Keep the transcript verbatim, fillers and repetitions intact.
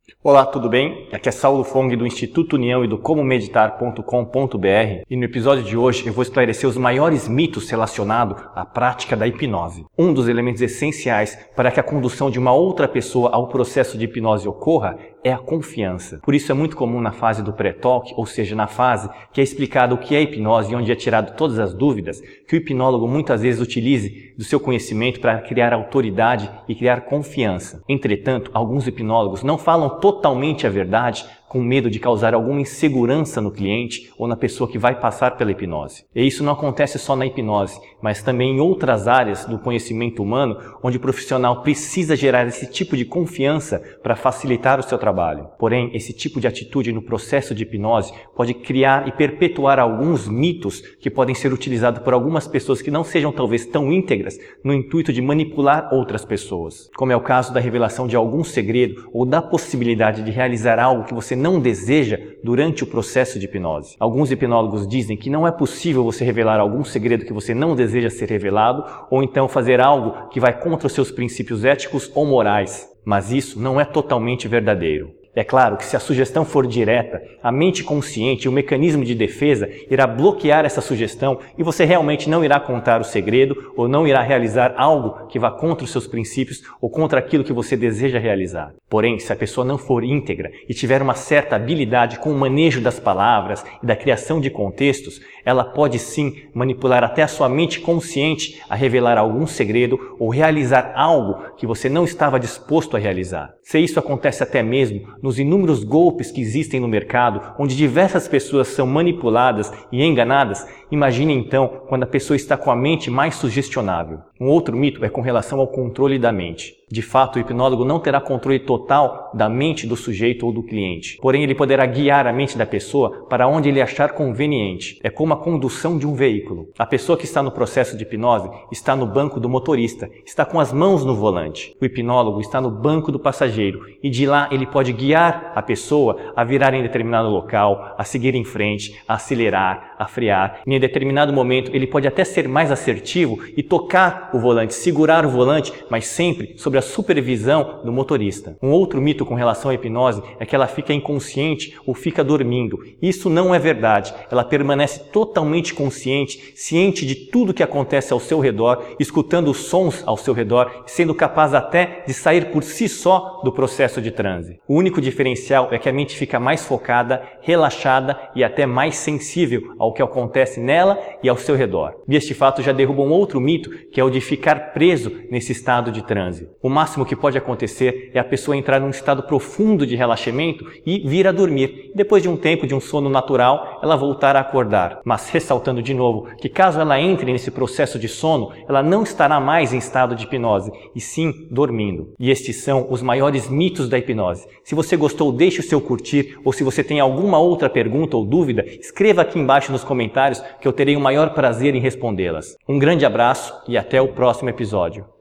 Olá, tudo bem? Aqui é Saulo Fong do Instituto União e do como meditar ponto com ponto br e no episódio de hoje eu vou esclarecer os maiores mitos relacionados à prática da hipnose. Um dos elementos essenciais para que a condução de uma outra pessoa ao processo de hipnose ocorra é a confiança. Por isso é muito comum na fase do pré-talk, ou seja, na fase que é explicado o que é hipnose e onde é tirado todas as dúvidas, que o hipnólogo muitas vezes utilize do seu conhecimento para criar autoridade e criar confiança. Entretanto, alguns hipnólogos não falam totalmente a verdade, com medo de causar alguma insegurança no cliente ou na pessoa que vai passar pela hipnose. E isso não acontece só na hipnose, mas também em outras áreas do conhecimento humano, onde o profissional precisa gerar esse tipo de confiança para facilitar o seu trabalho. Porém, esse tipo de atitude no processo de hipnose pode criar e perpetuar alguns mitos que podem ser utilizados por algumas pessoas que não sejam talvez tão íntegras no intuito de manipular outras pessoas. Como é o caso da revelação de algum segredo ou da possibilidade de realizar algo que você não deseja durante o processo de hipnose. Alguns hipnólogos dizem que não é possível você revelar algum segredo que você não deseja ser revelado ou então fazer algo que vai contra os seus princípios éticos ou morais. Mas isso não é totalmente verdadeiro. É claro que se a sugestão for direta, a mente consciente e o mecanismo de defesa irá bloquear essa sugestão e você realmente não irá contar o segredo ou não irá realizar algo que vá contra os seus princípios ou contra aquilo que você deseja realizar. Porém, se a pessoa não for íntegra e tiver uma certa habilidade com o manejo das palavras e da criação de contextos, ela pode sim manipular até a sua mente consciente a revelar algum segredo ou realizar algo que você não estava disposto a realizar. Se isso acontece até mesmo nos inúmeros golpes que existem no mercado, onde diversas pessoas são manipuladas e enganadas, imagine então quando a pessoa está com a mente mais sugestionável. Um outro mito é com relação ao controle da mente. De fato, o hipnólogo não terá controle total da mente do sujeito ou do cliente. Porém, ele poderá guiar a mente da pessoa para onde ele achar conveniente. É como a condução de um veículo. A pessoa que está no processo de hipnose está no banco do motorista, está com as mãos no volante. O hipnólogo está no banco do passageiro e de lá ele pode guiar a pessoa a virar em determinado local, a seguir em frente, a acelerar, a frear. E em determinado momento ele pode até ser mais assertivo e tocar o volante, segurar o volante, mas sempre sobre a supervisão do motorista. Um outro mito com relação à hipnose é que ela fica inconsciente ou fica dormindo. Isso não é verdade. Ela permanece totalmente consciente, ciente de tudo que acontece ao seu redor, escutando os sons ao seu redor, sendo capaz até de sair por si só do processo de transe. O único diferencial é que a mente fica mais focada, relaxada e até mais sensível ao que acontece nela e ao seu redor. E este fato já derruba um outro mito, que é o de ficar preso nesse estado de transe. O máximo que pode acontecer é a pessoa entrar num estado profundo de relaxamento e vir a dormir. Depois de um tempo de um sono natural, ela voltar a acordar. Mas ressaltando de novo que caso ela entre nesse processo de sono, ela não estará mais em estado de hipnose, e sim dormindo. E estes são os maiores mitos da hipnose. Se você gostou, deixe o seu curtir, ou se você tem alguma outra pergunta ou dúvida, escreva aqui embaixo nos comentários que eu terei o maior prazer em respondê-las. Um grande abraço e até o próximo episódio.